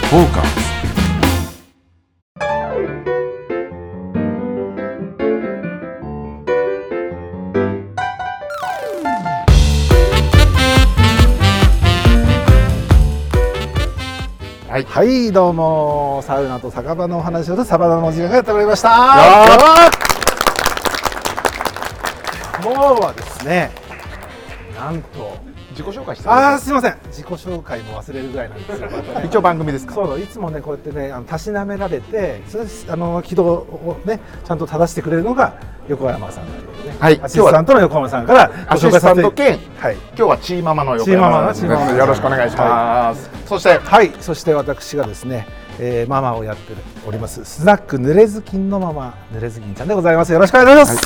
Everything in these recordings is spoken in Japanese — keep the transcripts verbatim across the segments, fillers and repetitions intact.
フォーカス。 はい、はい、どうもサウナと酒場のお話をとサバナの時間がやってまいりました。今日はですね、なんと自己紹介してあーすみません、自己紹介も忘れるぐらいなんですよ一応番組ですか。 そういつもねこうやってねあのたしなめられてそれあの軌道をねちゃんと正してくれるのが横山さんというね、はい、アシスタントの横山さんからアシスタント兼、 はい、 今日はチーママの横山さんです。よろしくお願いします、はい、そしてはいそして私がですね、えー、ママをやっておりますスナック濡れずきんのママ濡れずきんちゃんでございます。よろしくお願いします、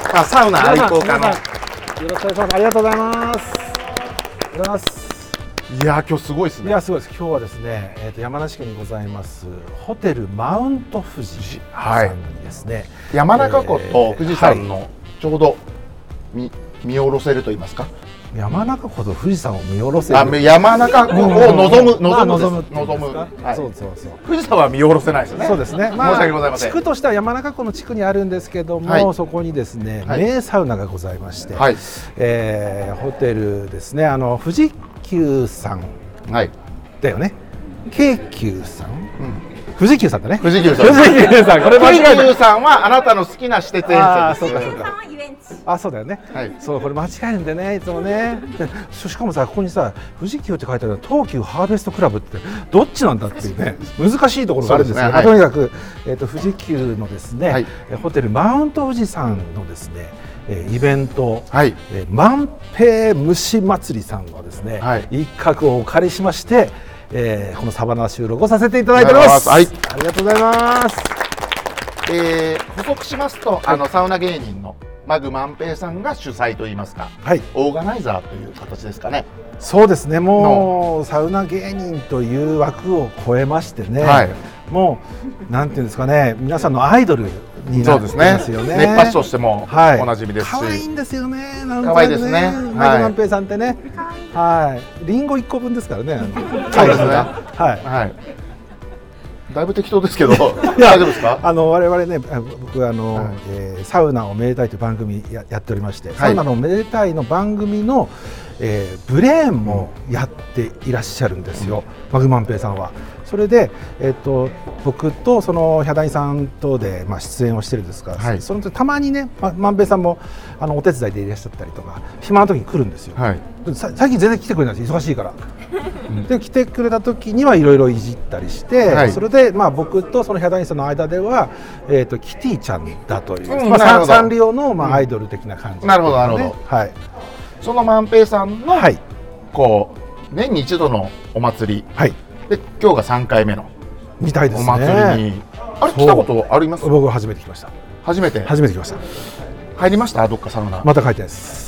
はい、あサウナ愛好家のよろしくお願いします。ありがとうございます。ありがとうございます。 いや今日すごいですね。 いやすごいです。今日はですね、えー、と山梨県にございますホテルマウント富士さんにですね、はい、 山中湖と富士山のちょうど 見,、見下ろせると言いますか、 山中湖と富士山を見下ろせる、 あ山中湖を望む望む望む望む、 はい、そうそうそう。 富士山は見下ろせないですよね。 そうですね、 まあ、申し訳ございません。 地区としては山中湖の地区にあるんですけども、はい、そこにですね、はい、名サウナがございまして、はい、えー、ホテルですね、あの富士急さんだよね、京急さん、うん、富士急さんだね。 富士急さん。 富士急さん。これ間違えた。 京急さんはあなたの好きな私鉄沿線です。 あ、そうかそうか。あ、そうだよね。はい。そうこれ間違えるんでね、いつもね。しかもさここにさ富士急って書いてある東急ハーベストクラブってどっちなんだっていうね難しいところがあるんですよ。とにかくえっと富士急のですねホテルマウント富士山のですねイベント、はい、万平虫祭りさんのですね、はい、一角をお借りしまして、えー、このサバナ収録をさせていただいております。はい、ありがとうございます。 えー、補足しますと、はい、あのサウナ芸人のマグ万平さんが主催といいますか、はい、オーガナイザーという形ですかね。 そうですね、もうサウナ芸人という枠を超えましてね、はい、もうなんていうんですかね、皆さんのアイドルになってますよね。 熱波師としてもおなじみですし、 可愛いんですよね。 可愛いですね。 マグ万平さんってね、はい、リンゴ一個分ですからね。 そうですね。はい。だいぶ適当ですけど大丈夫ですか。 あの我々ね、僕あの、はい、えー、サウナをめでたいという番組 や, やっておりまして、はい、サウナのめでたいの番組の、えー、ブレーンもやっていらっしゃるんですよ、うん、マグ万平さんは。それで、えー、と僕とそのヒャダイさんとで、まあ、出演をしてるんですが、はい、そのたまにね、ま、万平さんもあのお手伝いでいらっしゃったりとか暇な時に来るんですよ、はい、最近全然来てくれないんです、忙しいから、うん、で来てくれた時にはいろいろいじったりして、はい、それで、まあ、僕とそのヒャダイさんの間では、えー、とキティちゃんだという、うん、まあ、サンリオの、まあ、アイドル的な感じ、ね、 なるほどなるほど、はい、その万平さんの、はい、こう年に一度のお祭り、はい、で今日がさんかいめのみたいですね。 お祭りにあれ来たことあります？ 僕は初めて来ました。 初めて初めて来ました。 入りました？どっかサウナ？ また入ってないです。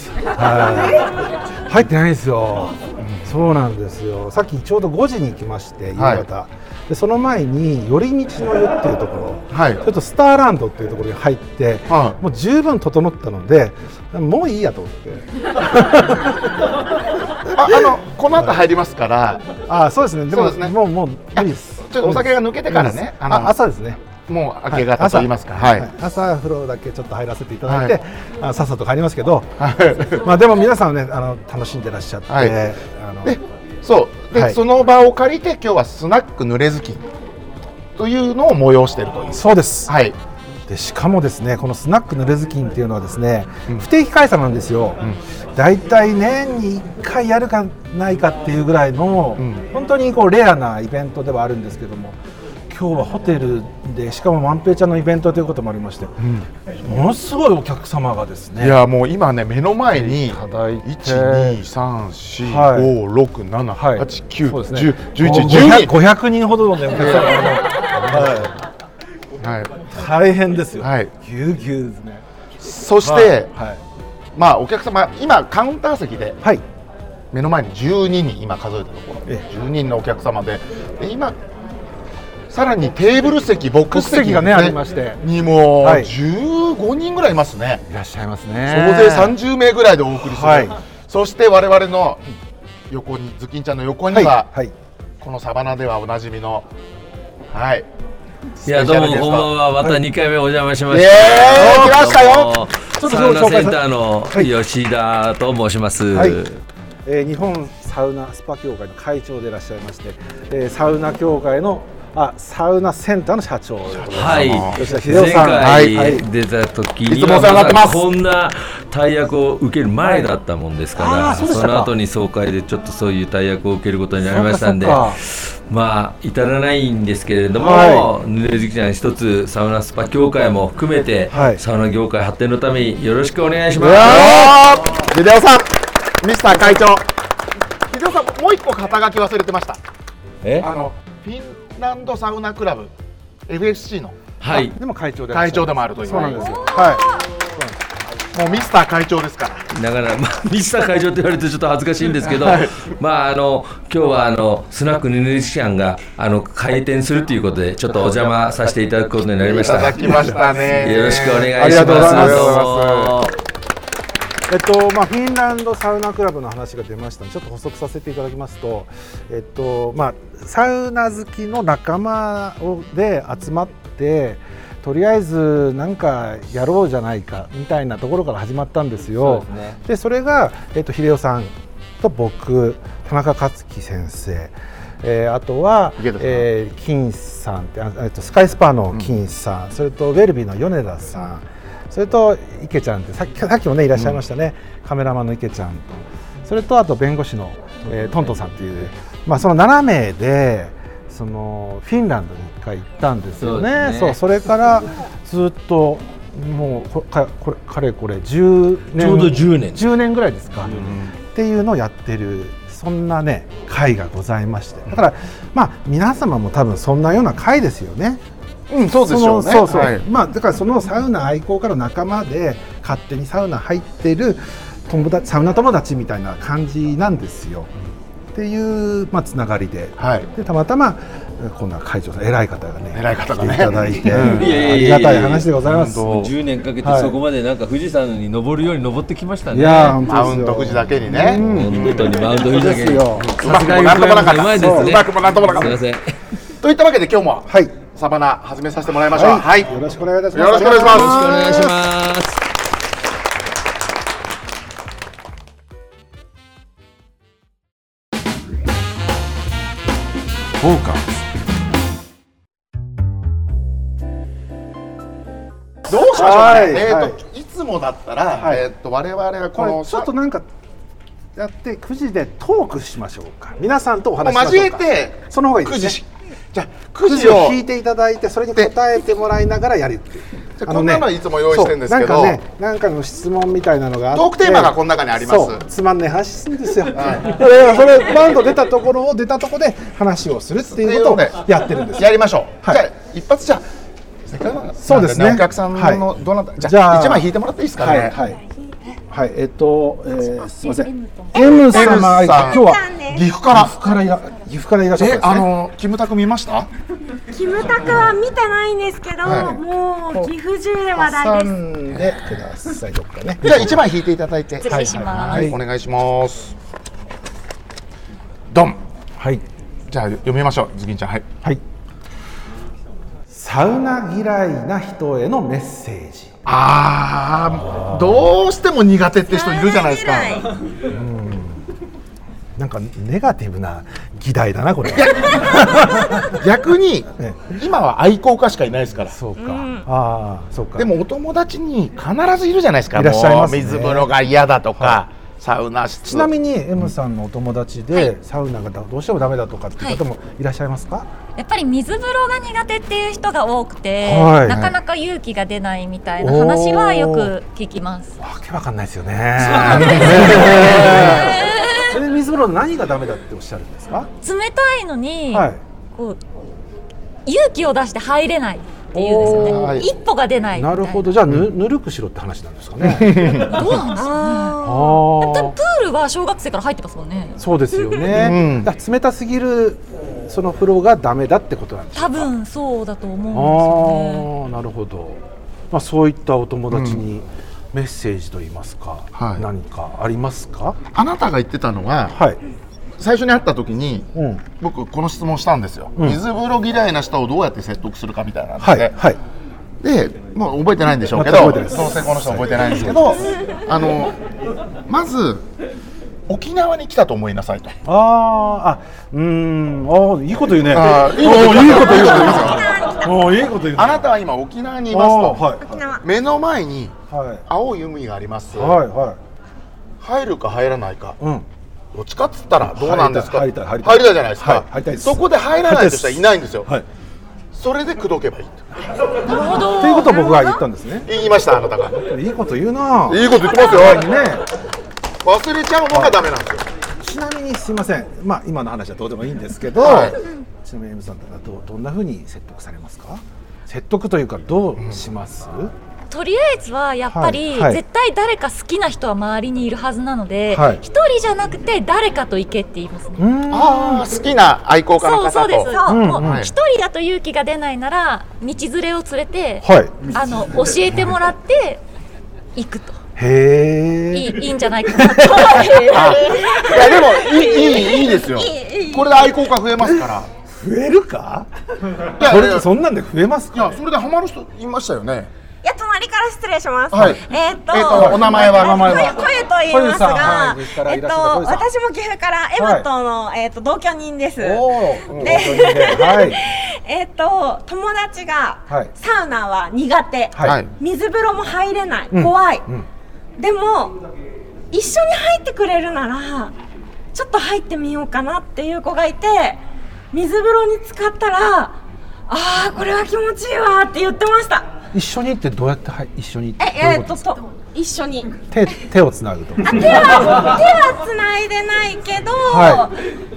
はい、入ってないんですよ、うん、そうなんですよ。さっきちょうどごじに来まして夕方、はい、でその前に寄り道の湯っていうところ、はい、ちょっとスターランドっていうところに入って、はい、もう十分整ったのでもういいやと思ってあ, あのこの後入りますから。 あ、そうですね。でもですね、もうもう無理です。 ちょっとお酒が抜けてからね。 あの朝ですね。 もう明け方と言いますか。はい。はい、 朝風呂だけちょっと入らせていただいて、はい、あさっさと帰りますけど、はい、まあでも皆さんねあの楽しんでらっしゃって、はい、あのでそうで、はい、その場を借りて今日はスナック濡れずきというのを催しているという。 そうです。 はい。 でしかもですねこのスナック濡れずきんっていうのはですね、うん、不定期開催なんですよ、うん、だいたい年にいっかいやるかないかっていうぐらいの、うん、本当にこうレアなイベントではあるんですけども、今日はホテルでしかも万平ちゃんのイベントということもありまして、うん、ものすごいお客様がですね、 いやもう今ね目の前にいちにさんしごろくななはちきゅうじゅうじゅういちじゅうにごひゃくにんほどの、ね、お客様が、はいはい、大変ですよ、はい、ぎゅうぎゅうですね。 そして、はいはい、まあお客様今カウンター席で、はい、目の前にじゅうににん今数えたところじゅうにんのお客様 で, で今さらにテーブル席ボックス席が、ね、ありましてにもうじゅうごにんぐらいいますね。 いらっしゃいますね。 総勢さんじゅうめいぐらいでお送りする、はい、そして我々の横にズキンちゃんの横には、はいはい、 このサバナではおなじみの、はい。 いや、どうもこんばんは。またにかいめお邪魔しました。 えー、来ましたよ。 サウナセンターの吉田と申します。はい、 えー、日本サウナスパ協会の会長でいらっしゃいまして、えー、サウナ協会のあサウナセンターの社長でございます。 はい。 吉田秀夫さん。 前回出た時にはこんな大役を受ける前だったもんですから、はい、そ, その後に総会でちょっとそういう大役を受けることになりましたんで、まあ至らないんですけれども、はい、ぬれずきちゃん一つサウナスパ協会も含めて、はい、サウナ業界発展のためによろしくお願いします。 秀夫さん、ミスター会長、秀夫さんもう一個肩書き忘れてました。え？あのフィンランドサウナクラブ エフエスシー の、 はい、 でも会長で会長でもあるという。 そうなんですよ。はい。 もうミスター会長ですから。 だから、まあ、ミスター会長って言われてちょっと恥ずかしいんですけど、はい、まああの今日はあのスナックヌヌシアンがあの開店するということでちょっとお邪魔させていただくことになりました。 いただきましたね。 よろしくお願いします。ありがとうございます。 えっとまあ、フィンランドサウナクラブの話が出ましたのでちょっと補足させていただきますと、えっとまあ、サウナ好きの仲間で集まってとりあえずなんかやろうじゃないかみたいなところから始まったんですよ。そうですね。でそれが、えっと、秀夫さんと僕、田中克樹先生、えー、あとは、えー、金さんって、えっと、スカイスパの金さん、うん、それとウェルビーの米田さん、それと池ちゃんってさっき、さっきもねいらっしゃいましたね、うん、カメラマンの池ちゃんと、それとあと弁護士の、えー、トントンさんっていう、まあ、そのななめいでそのフィンランドにいっかい行ったんですよね。そうですね。そう、それからずっともうこかこれかれこれじゅうねん、 ちょうどじゅうねんじゅうねんぐらいですか、うん、っていうのをやってるそんなね会がございまして、だからまあ皆様も多分そんなような会ですよね。 うん、そうでしょうね。 そうそう、はい、まあだからそのサウナ愛好家の仲間で勝手にサウナ入ってる友達、サウナ友達みたいな感じなんですよ。っていうまあつながりで、はい、でたまたまこんな会長さん偉い方がね、 偉い方がね来ていただいて、うん、ありがたい話でございます。 じゅうねんかけてそこまでなんか富士山に登るように登ってきましたね。 いやマウント富士だけにね。 本当にマウント富士だけに。 さすがになんともなかった。うまくもなんともなかった。すみません。といったわけで今日も、はい、サバナ始めさせてもらいましょう。はい、 はい、よろしくお願いいたします。 よろしくお願いします。 よろしくお願いします。 フォーカス。どうしましょうか、はい、えーと、はい、いつもだったら、はい、えーと我々はこのちょっとなんかやってくじでトークしましょうか。皆さんとお話しましょうか。 交えてその方がいいですね。じゃあくじを引いていただいてそれに答えてもらいながらやるっていう。 じゃあこんなのいつも用意してるんですけど、 なんかね、なんかの質問みたいなのがあって、 トークテーマがこの中にあります。 そうつまんねえ話するんですよ。はい、それそれバンド出たところを出たところで話をするっていうことをやってるんですよ。 やりましょう。はい、じゃあ一発じゃあせっかくなんでね、そうですね。お客さんのどなた、はい、じゃあ一枚引いてもらっていいですかね。 はいはいはい、えっと、えー、すみません。M 様、今日は岐阜から、 岐阜からいら、岐阜からいらっしゃったんですね。 あのキムタク見ました？ キムタクは見てないんですけど、はい、もう岐阜中で話題です。挟んでください、どっかね。 じゃあ一枚引いていただいて、 失礼します。 はい、お願いします。ドン。はい。じゃあ読みましょう、ズキンちゃん。はい。 はい。サウナ嫌いな人へのメッセージ。 ああ、どうしても苦手って人いるじゃないですか。うん、 なんかネガティブな議題だなこれは。逆に、ね、今は愛好家しかいないですから。 そうか。うん、ああ、そうか。 でもお友達に必ずいるじゃないですか。 いらっしゃいますね。 水風呂が嫌だとか。はい、サウナ室。 ちなみに M さんのお友達で、うん、サウナがどうしてもダメだとかっていう方もいらっしゃいますか？はい、 やっぱり水風呂が苦手っていう人が多くて、はい、なかなか勇気が出ないみたいな話はよく聞きます。 わけわかんないですよね。それで水風呂何がダメだっておっしゃるんですか？ 冷たいのに、はい、こう勇気を出して入れないっていうんですよね。はい、一歩が出ないみたいな。 なるほど。じゃあ ぬ, ぬるくしろって話なんですかね。 どうなんですかね。あプールは小学生から入ってますもんね。 そうですよね。うん、だ冷たすぎるその風呂がダメだってことなんですか。 多分そうだと思うんですよね。 あなるほど。まあそういったお友達にメッセージといいますか、うん、何かありますか？ あなたが言ってたのは、はい、 最初に会った時に、うん、僕この質問したんですよ、うん、水風呂嫌いな人をどうやって説得するかみたいなんで、はいはい、で、まあ、覚えてないんでしょうけど、どうせこの人は覚えてないんですけど、あのまず沖縄に来たと思いなさいと。 ああ、うーん、あ、いいこと言うね。あ、いいこと言う。いいこと言う。あ、いいこと言う。 あなたは今沖縄にいますと、はい、目の前に青い海があります、はいはい、入るか入らないか、うん、どっちかっつったらどうなんですか。入りたい、入りたい、入りたいじゃないですか、はい、入りたいです。そこで入らない人はいないんですよ、はい、それで口説けばいいなるほどっていうことを僕が言ったんですね。 言いました、あなたが。 いいこと言うな。 いいこと言ってますよね。忘れちゃうのがダメなんですよ。 ちなみにすいません、まあ今の話はどうでもいいんですけど、はい、ちなみに M さんとか ど, どんなふうに説得されますか。説得というかどうします、うん、 とりあえずはやっぱり、はいはい、絶対誰か好きな人は周りにいるはずなので、はい、一人じゃなくて誰かと行けって言いますね。 ああ、好きな愛好家の方と。 そうそうです、そう、もう一人だと勇気が出ないなら道連れを連れて、はい、あの教えてもらって行くと。 へいい、いいんじゃないかなと。いやでもいい、いい、いいですよ。いい、これで愛好家増えますから。 増えるか。いや、それそんなんで増えますか。 いや、それでハマる人いましたよね。 いや、隣から失礼します。はい、えっと、 えっと、お名前は、お名前は。 こゆと言いますが、はい、えっと、私も岐阜から、エムとの、はい、えっと、同居人です。で、はい、えっと、友達が、サウナは苦手、はい、水風呂も入れない、うん、怖い。うん、でも、一緒に入ってくれるなら、ちょっと入ってみようかなっていう子がいて、水風呂に浸かったら、ああ、これは気持ちいいわって言ってました。 一緒にってどうやって一緒にってええー、っとと一緒に手, 手をつなぐと。 あ、手は手はつないでないけど、はい、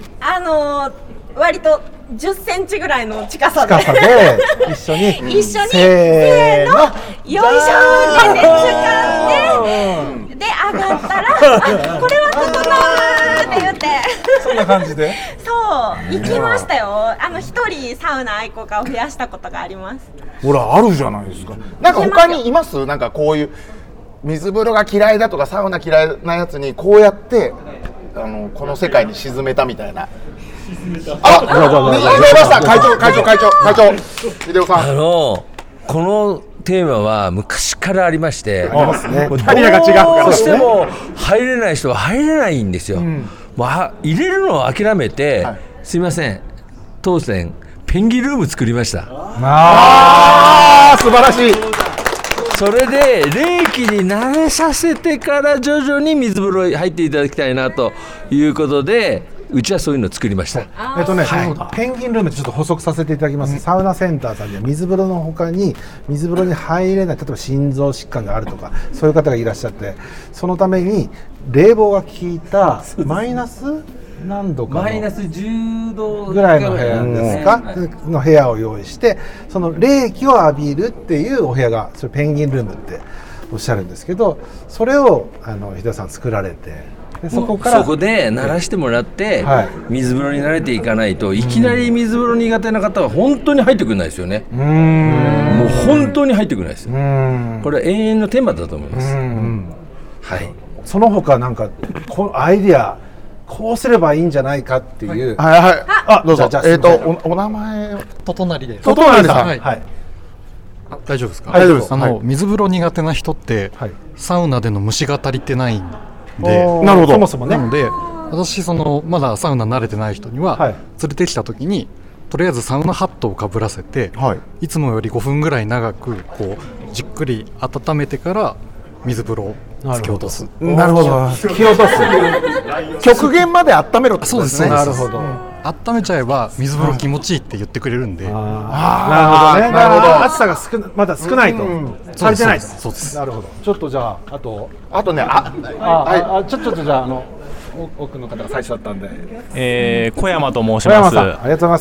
あの割とじゅっセンチぐらいの近さで近さで一緒に一緒にせーのよいしょーって掴んでで上がったらあ、これは整うって言ってそんな感じでそう行きましたよ。あの一人サウナ愛好家を増やしたことがあります。 ほら、あるじゃないですか。 なんか他にいます？なんかこういう水風呂が嫌いだとかサウナ嫌いなやつにこうやってあのこの世界に沈めたみたいな。あ、見えました。会長会長会長会長秀夫さん。 あのこのテーマは昔からありまして、 ありますね。 キャリアが違うから、どうしても入れない人は入れないんですよ。うん、もう入れるのを諦めて、はい、すいません、当選ペンギンルーム作りました。 ああ、素晴らしい。 それで冷気に慣れさせてから徐々に水風呂に入っていただきたいなということで、うちはそういうのを作りました。 えっとね、はい、ペンギンルームちょっと補足させていただきます、うん、サウナセンターさんには水風呂の他に水風呂に入れない、例えば心臓疾患があるとかそういう方がいらっしゃって、そのために冷房が効いたマイナス何度かのマイナスじゅうどぐらいの部屋ですか、うん、の部屋を用意して、その冷気を浴びるっていうお部屋が、それペンギンルームっておっしゃるんですけど、それをあの秀田さん作られて、でそこからそこで慣らしてもらって、はい、水風呂に慣れていかないと、いきなり水風呂苦手な方は本当に入ってくれないですよね。うーん、もう本当に入ってくれないですよ。うーん、これは永遠のテーマだと思います。うん、 はい。その他なんかこのアイディアこうすればいいんじゃないかっていう、 はいはいはい、あ、どうぞ。じゃあ、えっと お, お名前ととなりです。 ととなりさん、 はいはい、あ、大丈夫ですか。 大丈夫です。 あの、はい、水風呂苦手な人って、はい、サウナでの虫が足りてないんで、 なるほど。そもそもね。 なので私そのまだサウナ慣れてない人には、はい、連れてきた時にとりあえずサウナハットをかぶらせて、はい、いつもよりごふんぐらい長くこうじっくり温めてから水風呂を突き落とす。 なるほど。突き落とす。 極限まで温めろってことですね。 なるほど。 温めちゃえば水風呂気持ちいいって言ってくれるんで。 ああ、なるほどね。なるほど。暑さが少まだ少ないと。足りてない。 そうです。 なるほど。ちょっとじゃああとあとね、あ、 あ、あ、ちょっとじゃああの奥の方が最初だったんで。 えー、小山と申します。 小山さん、ありがとうございます。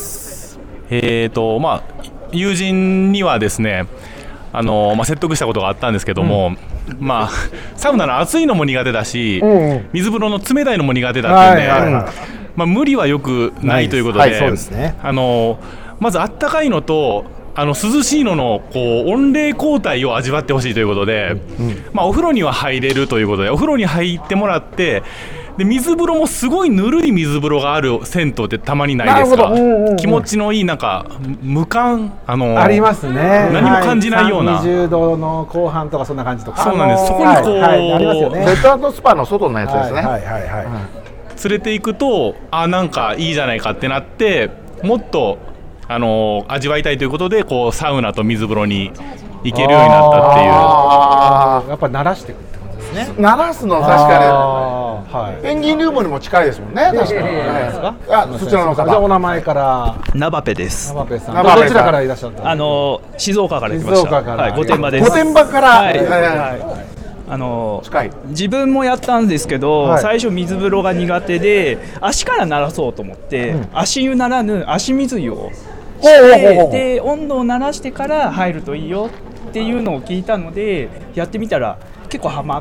えーとまあ友人にはですね、あのまあ、説得したことがあったんですけども、うん、まあ、サウナの暑いのも苦手だし、うんうん、水風呂の冷たいのも苦手だっていうんで、はいはいはい、まあ、無理はよくないということで、はい、そうですね、あのまずあったかいのとあの涼しいののこう温冷交代を味わってほしいということで、うんうん、まあ、お風呂には入れるということでお風呂に入ってもらって、 で水風呂もすごいぬるい水風呂がある銭湯ってたまにないですか、うんうん、気持ちのいいなんか無感あのありますね。 何も感じないような、 はい、にじゅうどの後半とかそんな感じとか、 そうなんです。そこにこう、はいはい、ありますよね。ベッド&スパの外のやつですね。 はいはいはいはい、うん、 連れていくとあなんかいいじゃないかってなってもっとあの味わいたいということでこうサウナと水風呂に行けるようになったっていう。 あやっぱ慣らしていくってことですね。 慣らすの確かに、はい、ペンギンルームにも近いですもんね。確かに、はい、あそちらの方、 じゃあお名前から。 ナバペです。 ナバペさん、どちらからいらっしゃった。 あの静岡から来ました。はい、御殿場です。 御殿場から、はいはいはい、あの自分もやったんですけど、はい、最初水風呂が苦手で足から慣らそうと思って、うん、足湯ならぬ足水湯をしてで温度を慣らしてから入るといいよっていうのを聞いたのでやってみたら結構ハマって、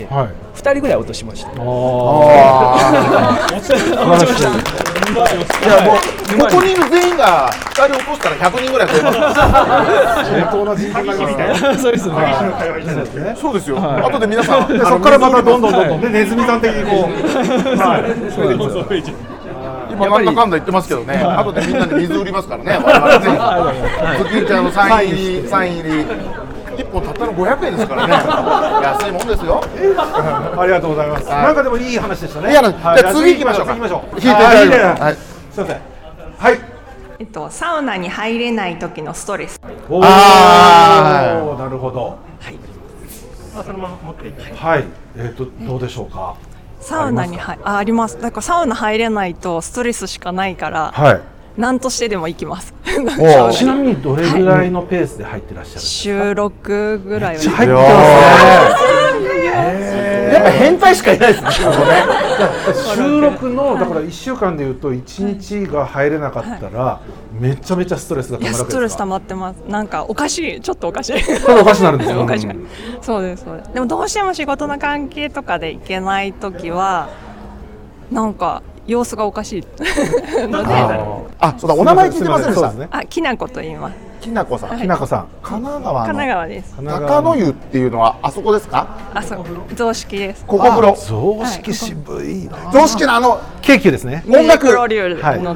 はい、ふたりぐらい落としました。あ落ちました。 いやもうここにいる全員がふたり落としたらひゃくにんぐらい増えます。 相当な人口になりますね。そうですね。そうですよ。後で皆さんそこからまたどんどんどんどんねネズミさん的にこう。はい。そうです。 今なんだかんだ言ってますけどね。後でみんなで水売りますからね。我々ね。ズッキーニちゃんのサイン入りサイン入り。いっぽんたったのごひゃくえんですからね。安いもんですよ。 ありがとうございます。なんかでもいい話でしたね。 いい話。じゃあ次行きましょうか。 次行きましょう。 聞いていただいて。はい。 すみません。はい。 えっとサウナに入れない時のストレス。 ああ、なるほど。はい。あ、そのまま持っていただいて。はい。えっとどうでしょうか。 サウナに入ああります。だからサウナ入れないとストレスしかないから。 はい。 何としてでも行きます。 ちなみにどれぐらいのペースで入ってらっしゃるんですか。 週ろくぐらいは入ってますね。 やっぱ変態しかいないですね。 週ろくのだからいっしゅうかんでいうといちにちが入れなかったらめちゃめちゃストレスが溜まるわけですか。 ストレス溜まってます。なんかおかしいちょっとおかしい。 それおかしくなるんですよ。 おかしくなる。そうですそうです。でもどうしても仕事の関係とかで行けないときはなんか。様子がおかしいので、 あ、そうだ、お名前聞いてませんでした。 あ、きなこと言います。 きなこさん、 きなこさん、 神奈川の。 神奈川です。 中野湯っていうのはあそこですか？ あそこ、雑式です。 ここ風呂。 雑式渋いな。 雑式のあの京急ですね。 音楽。 ミュージックロリュール。はい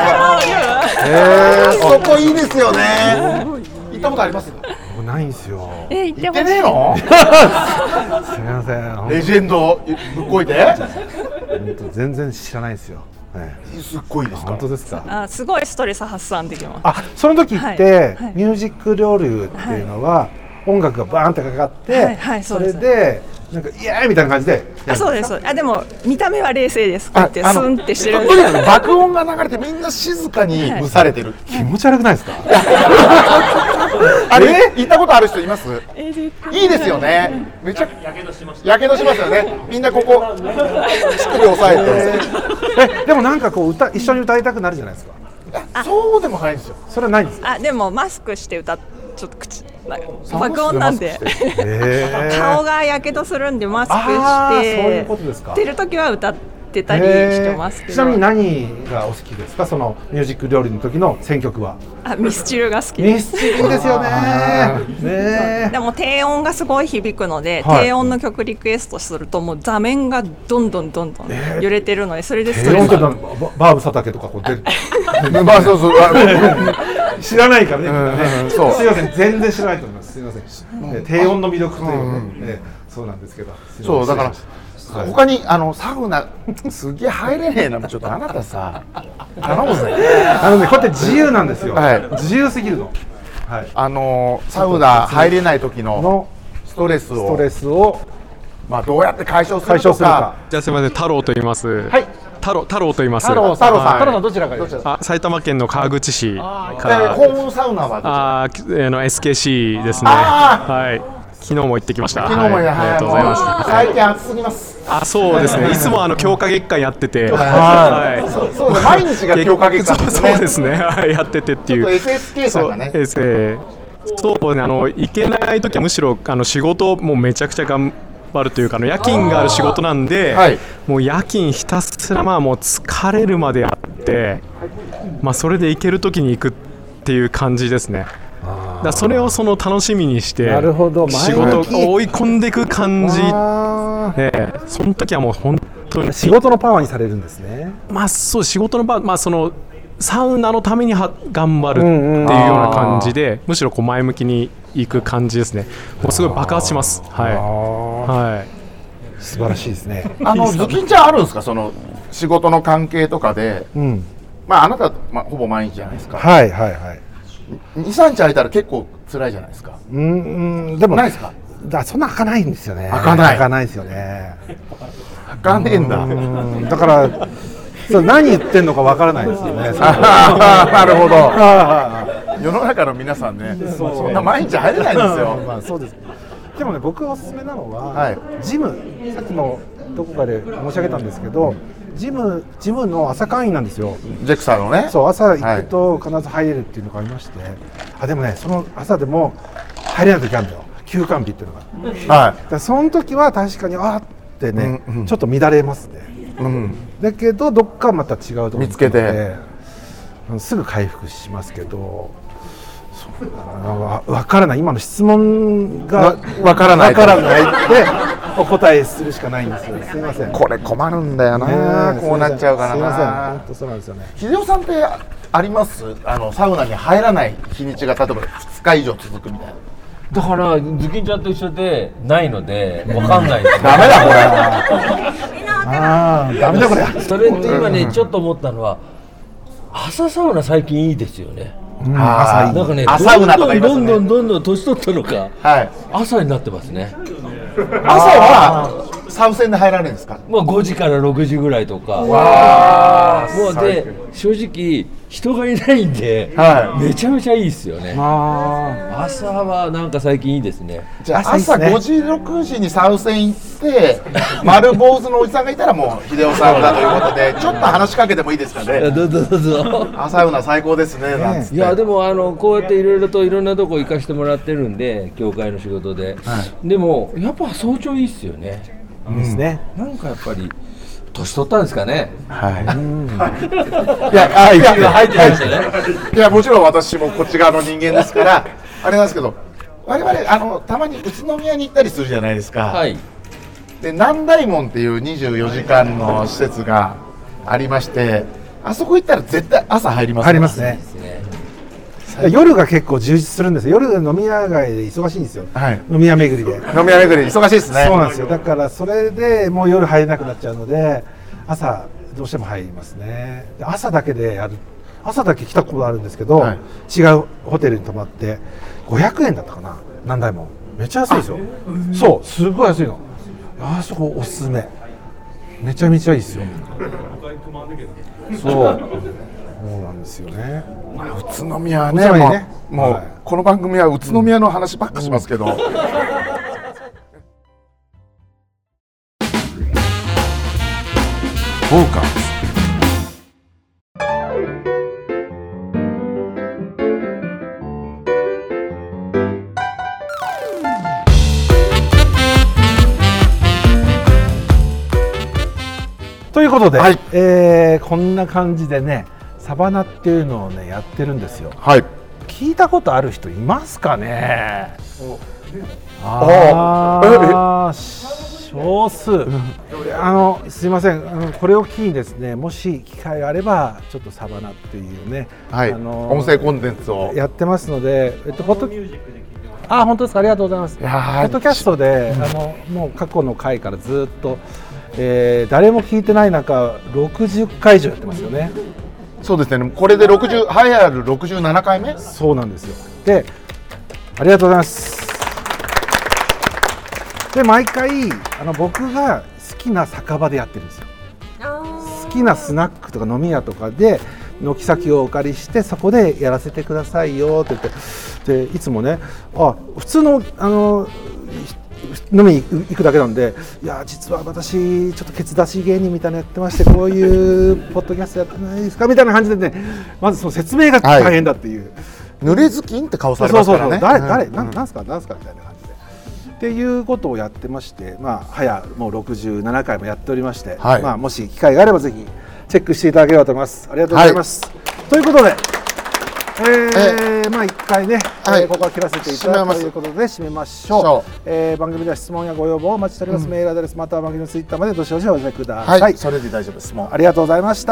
はい。ええ、そこいいですよね。行ったことあります？ ないんですよ。 え、行ってねえの？ すみません。 レジェンドぶっこいて。 全然知らないですよ。 すっごいですか。 本当ですか。 あ、すごいストレス発散できます。 あ、その時ってミュージック料理っていうのは音楽がバーンってかかって、それでなんかイエーイみたいな感じで。 あ、そうです。あ、でも見た目は冷静です。こうやってスンってしてる。 爆音が流れてみんな静かに蒸されてる。 気持ち悪くないですか。 あれ行ったことある人います？いいですよね。めちゃやけどします。やけどしますよね。みんなここ乳首押さえて。え、でもなんかこう歌一緒に歌いたくなるじゃないですか。そうでもないんですよ。 それはないんです。 あ、でもマスクして歌っちょっと口爆音なんで顔がやけどするんでマスクして出るときは歌ってたりしてますけど。 ちなみに何がお好きですか？そのミュージック料理の時の選曲は。 あ、ミスチルが好きです。 ミスチルいいですよね。ね。 でも低音がすごい響くので、はい、低音の曲リクエストするともう座面がどんどんどんどん揺れてるので、それでストレス。 低音ってバーブ佐竹とかこう出る。まあそうそう。知らないからね。うん、そう。すみません、全然知らないと思います。すみません。うん、低音の魅力というね、うんね、そうなんですけど。 そうだから。はい、他にあのサウナすげえ入れねえな。ちょっとあなたさ頼むぜ。 あのね、こうやって自由なんですよ。はい、自由すぎるの。 はい、あのー、サウナ入れない時のストレスをストレスをまあどうやって解消するのか。 じゃあすみません、太郎と言います。 はい。 太郎太郎と言います。 太郎太郎さん。 太郎さんどちらからですか？ あ、埼玉県の川口市から。ホームサウナはどちら？ あ、あの エスケーシー ですね。はい。昨日も行ってきました。 昨日も、はい、ありがとうございます。最近暑すぎます。 あ、そうですね。いつもあの強化月間やってて、 はい。そうそう、毎日が強化月間ですね。 そうですね。はい、やっててっていう。 エスエスケー さんがね。 そう、そうね、あの行けない時はむしろあの仕事もめちゃくちゃ頑張るというか、あの夜勤がある仕事なんで、はい、もう夜勤ひたすらまあもう疲れるまでやって、まあそれで行ける時に行くっていう感じですね。だそれをその楽しみにしてなるほど仕事を追い込んでいく感じで、その時はもう本当に仕事のパワーにされるんですね。 まあそう仕事のパワー、まあそのサウナのためには頑張るっていうような感じで、むしろこう前向きにいく感じですね。もうすごい爆発します。はいはい。 素晴らしいですね。 あのズキンちゃんあるんですか、その仕事の関係とかで、うん、まああなた、まあ、ほぼ毎日じゃないですか。 はいはいはい。 に、さんにち空いたら結構辛いじゃないですか。 うん、うん、でもないですか。 だそんな開かないんですよね。 開かない。 開かないですよね。 開かねえんだ。 うんだからそう何言ってんのかわからないですよね。 なるほど。世の中の皆さんね、そんな毎日入れないんですよ。 まあそうです。でもね、僕がおすすめなのは、はい、ジム、さっきもどこかで申し上げたんですけど、ジム、ジムの朝会員なんですよ。 ジェクサーのね。 そう、朝行くと必ず入れるっていうのがありまして、はい、あでもね、その朝でも入れない時あるんだよ。休館日っていうのが。はい。だその時は確かにあってね、うんうん、ちょっと乱れますね。うん、だけどどっかまた違うところ見つけてすぐ回復しますけど、わからない。今の質問がわからないわからないってお答えするしかないんですよ。すみません。 これ困るんだよな。こうなっちゃうからな。 すみません。本当そうなんですよね。 秀夫さんってあります？あのサウナに入らない日にちが例えばふつか以上続くみたいな。 だからズキンちゃんと一緒でないのでわかんないです。 ダメだこれ。 ああ、ダメだこれ。 それって今ねちょっと思ったのは朝サウナ最近いいですよね。 うん、朝いい。 なんかね朝ウナとか言いますね。 どんどんどんどん年取ったのか、はい、朝になってますね。 朝はサウセンで入られるんですか？ もうごじからろくじぐらいとか。わーもうで正直人がいないんで、はい、めちゃめちゃいいですよね。あ朝はなんか最近いいですね。 じゃあ朝ごじろくじにサウセン行って丸坊主のおじさんがいたらもう秀夫さんだということでちょっと話しかけてもいいですかね。 どうぞどうぞ。 朝ウナ最高ですねなんつって。 いやでもあのこうやっていろいろといろんなとこ行かしてもらってるんで協会の仕事で、はい、でもやっぱ早朝いいっすよね。 いいですね。 なんかやっぱり年取ったんですかね。 はい。いや、あ、いや、入ってないですね。いや、もちろん私もこっち側の人間ですから、あれなんですけど、我々あのたまに宇都宮に行ったりするじゃないですか。はい。で、南大門っていうにじゅうよじかんの施設がありまして、あそこ行ったら絶対朝入ります。 入りますね。夜が結構充実するんですよ。夜飲み屋街で忙しいんですよ、はい、飲み屋巡りで飲み屋巡り忙しいですね。 そうなんですよ。だからそれでもう夜入れなくなっちゃうので朝どうしても入りますね。で朝だけでやる朝だけ来たことあるんですけど、はい、違うホテルに泊まってごひゃくえんだったかな。何台もめっちゃ安いですよ。そうすごい安いの。あそこおすすめめちゃめちゃいいですよ。そうそうなんですよね。 まあ、宇都宮は ね, ねもう、はい、この番組は宇都宮の話ばっかしますけど、うんうん、フォーカスということで、はい、えー、こんな感じでねサバナっていうのをねやってるんですよ。はい。聞いたことある人いますかね。ああ、少数。あのすいません。あのこれを機にですね、もし機会があればちょっとサバナっていうね、 はい、あの音声コンテンツをやってますので、えっとポッドあ本当ですか。ありがとうございます。ポッドキャストで、うん、あのもう過去の回からずっと、えー、誰も聞いてない中ろくじゅっかい以上やってますよね。 そうですね。これでろくじゅう、栄えあるろくじゅうななかいめ。 そうなんですよ。で、ありがとうございます。で、毎回あの僕が好きな酒場でやってるんですよ。好きなスナックとか飲み屋とかで軒先をお借りしてそこでやらせてくださいよって言って、でいつもね、あ普通のあの飲みに行くだけなんで、いや実は私ちょっとケツ出し芸人みたいなのやってましてこういうポッドキャストやってないですかみたいな感じでね、まずその説明が大変だっていう、 はい、濡れずきんって顔されますからね。 そうそうそう誰誰、うん、ななんすかなんすかみたいな感じでっていうことをやってまして、まあ早もうろくじゅうななかいもやっておりまして、はい、まあもし機会があればぜひチェックしていただければと思います。ありがとうございます、はい、ということでえー、えー、まあ一回ね、はい、えー、ここは切らせていただくということで締めましょう。えー、番組では質問やご要望をお待ちしております。うん、メールアドレスまたは番組のツイッターまでどしどしお寄せください。はい、 それで大丈夫です。もうありがとうございました。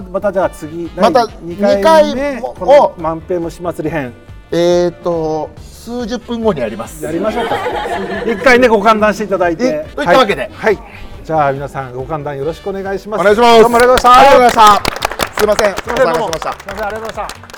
またじゃあ次またにかいめこの万平虫祭り編。 えっと数十分後にやります。 やりましょうか。一回ねご歓談していただいて。 といったわけで、 はい。じゃあ皆さんご歓談よろしくお願いします。 お願いします。 どうもありがとうございました。 ありがとうございました。すみません。 すみません。 お邪魔しました。 すみません。ありがとうございました。